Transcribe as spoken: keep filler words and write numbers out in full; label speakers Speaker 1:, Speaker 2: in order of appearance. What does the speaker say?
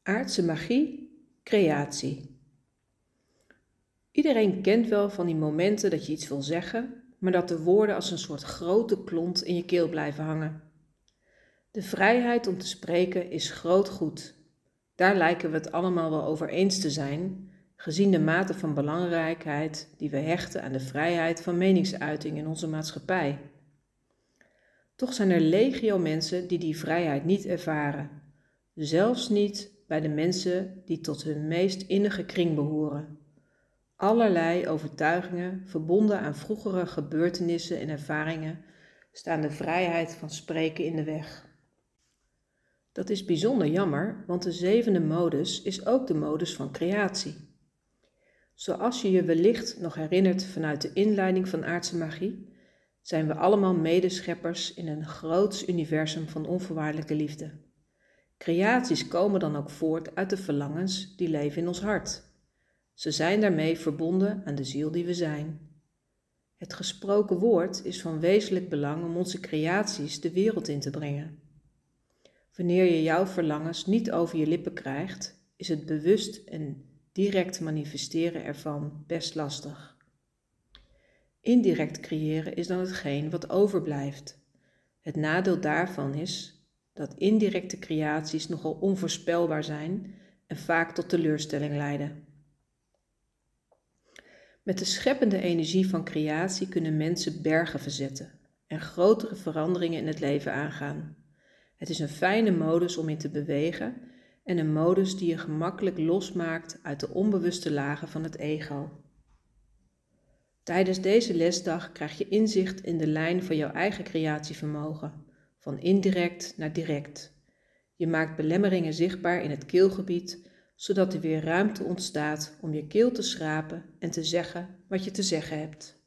Speaker 1: Aardse magie, creatie. Iedereen kent wel van die momenten dat je iets wil zeggen, maar dat de woorden als een soort grote klont in je keel blijven hangen. De vrijheid om te spreken is groot goed. Daar lijken we het allemaal wel over eens te zijn, gezien de mate van belangrijkheid die we hechten aan de vrijheid van meningsuiting in onze maatschappij. Toch zijn er legio mensen die die vrijheid niet ervaren, zelfs niet bij de mensen die tot hun meest innige kring behoren. Allerlei overtuigingen, verbonden aan vroegere gebeurtenissen en ervaringen, staan de vrijheid van spreken in de weg. Dat is bijzonder jammer, want de zevende modus is ook de modus van creatie. Zoals je je wellicht nog herinnert vanuit de inleiding van aardse magie, zijn we allemaal medescheppers in een groots universum van onvoorwaardelijke liefde. Creaties komen dan ook voort uit de verlangens die leven in ons hart. Ze zijn daarmee verbonden aan de ziel die we zijn. Het gesproken woord is van wezenlijk belang om onze creaties de wereld in te brengen. Wanneer je jouw verlangens niet over je lippen krijgt, is het bewust en direct manifesteren ervan best lastig. Indirect creëren is dan hetgeen wat overblijft. Het nadeel daarvan is dat indirecte creaties nogal onvoorspelbaar zijn en vaak tot teleurstelling leiden. Met de scheppende energie van creatie kunnen mensen bergen verzetten en grotere veranderingen in het leven aangaan. Het is een fijne modus om in te bewegen en een modus die je gemakkelijk losmaakt uit de onbewuste lagen van het ego. Tijdens deze lesdag krijg je inzicht in de lijn van jouw eigen creatievermogen, van indirect naar direct. Je maakt belemmeringen zichtbaar in het keelgebied, zodat er weer ruimte ontstaat om je keel te schrapen en te zeggen wat je te zeggen hebt.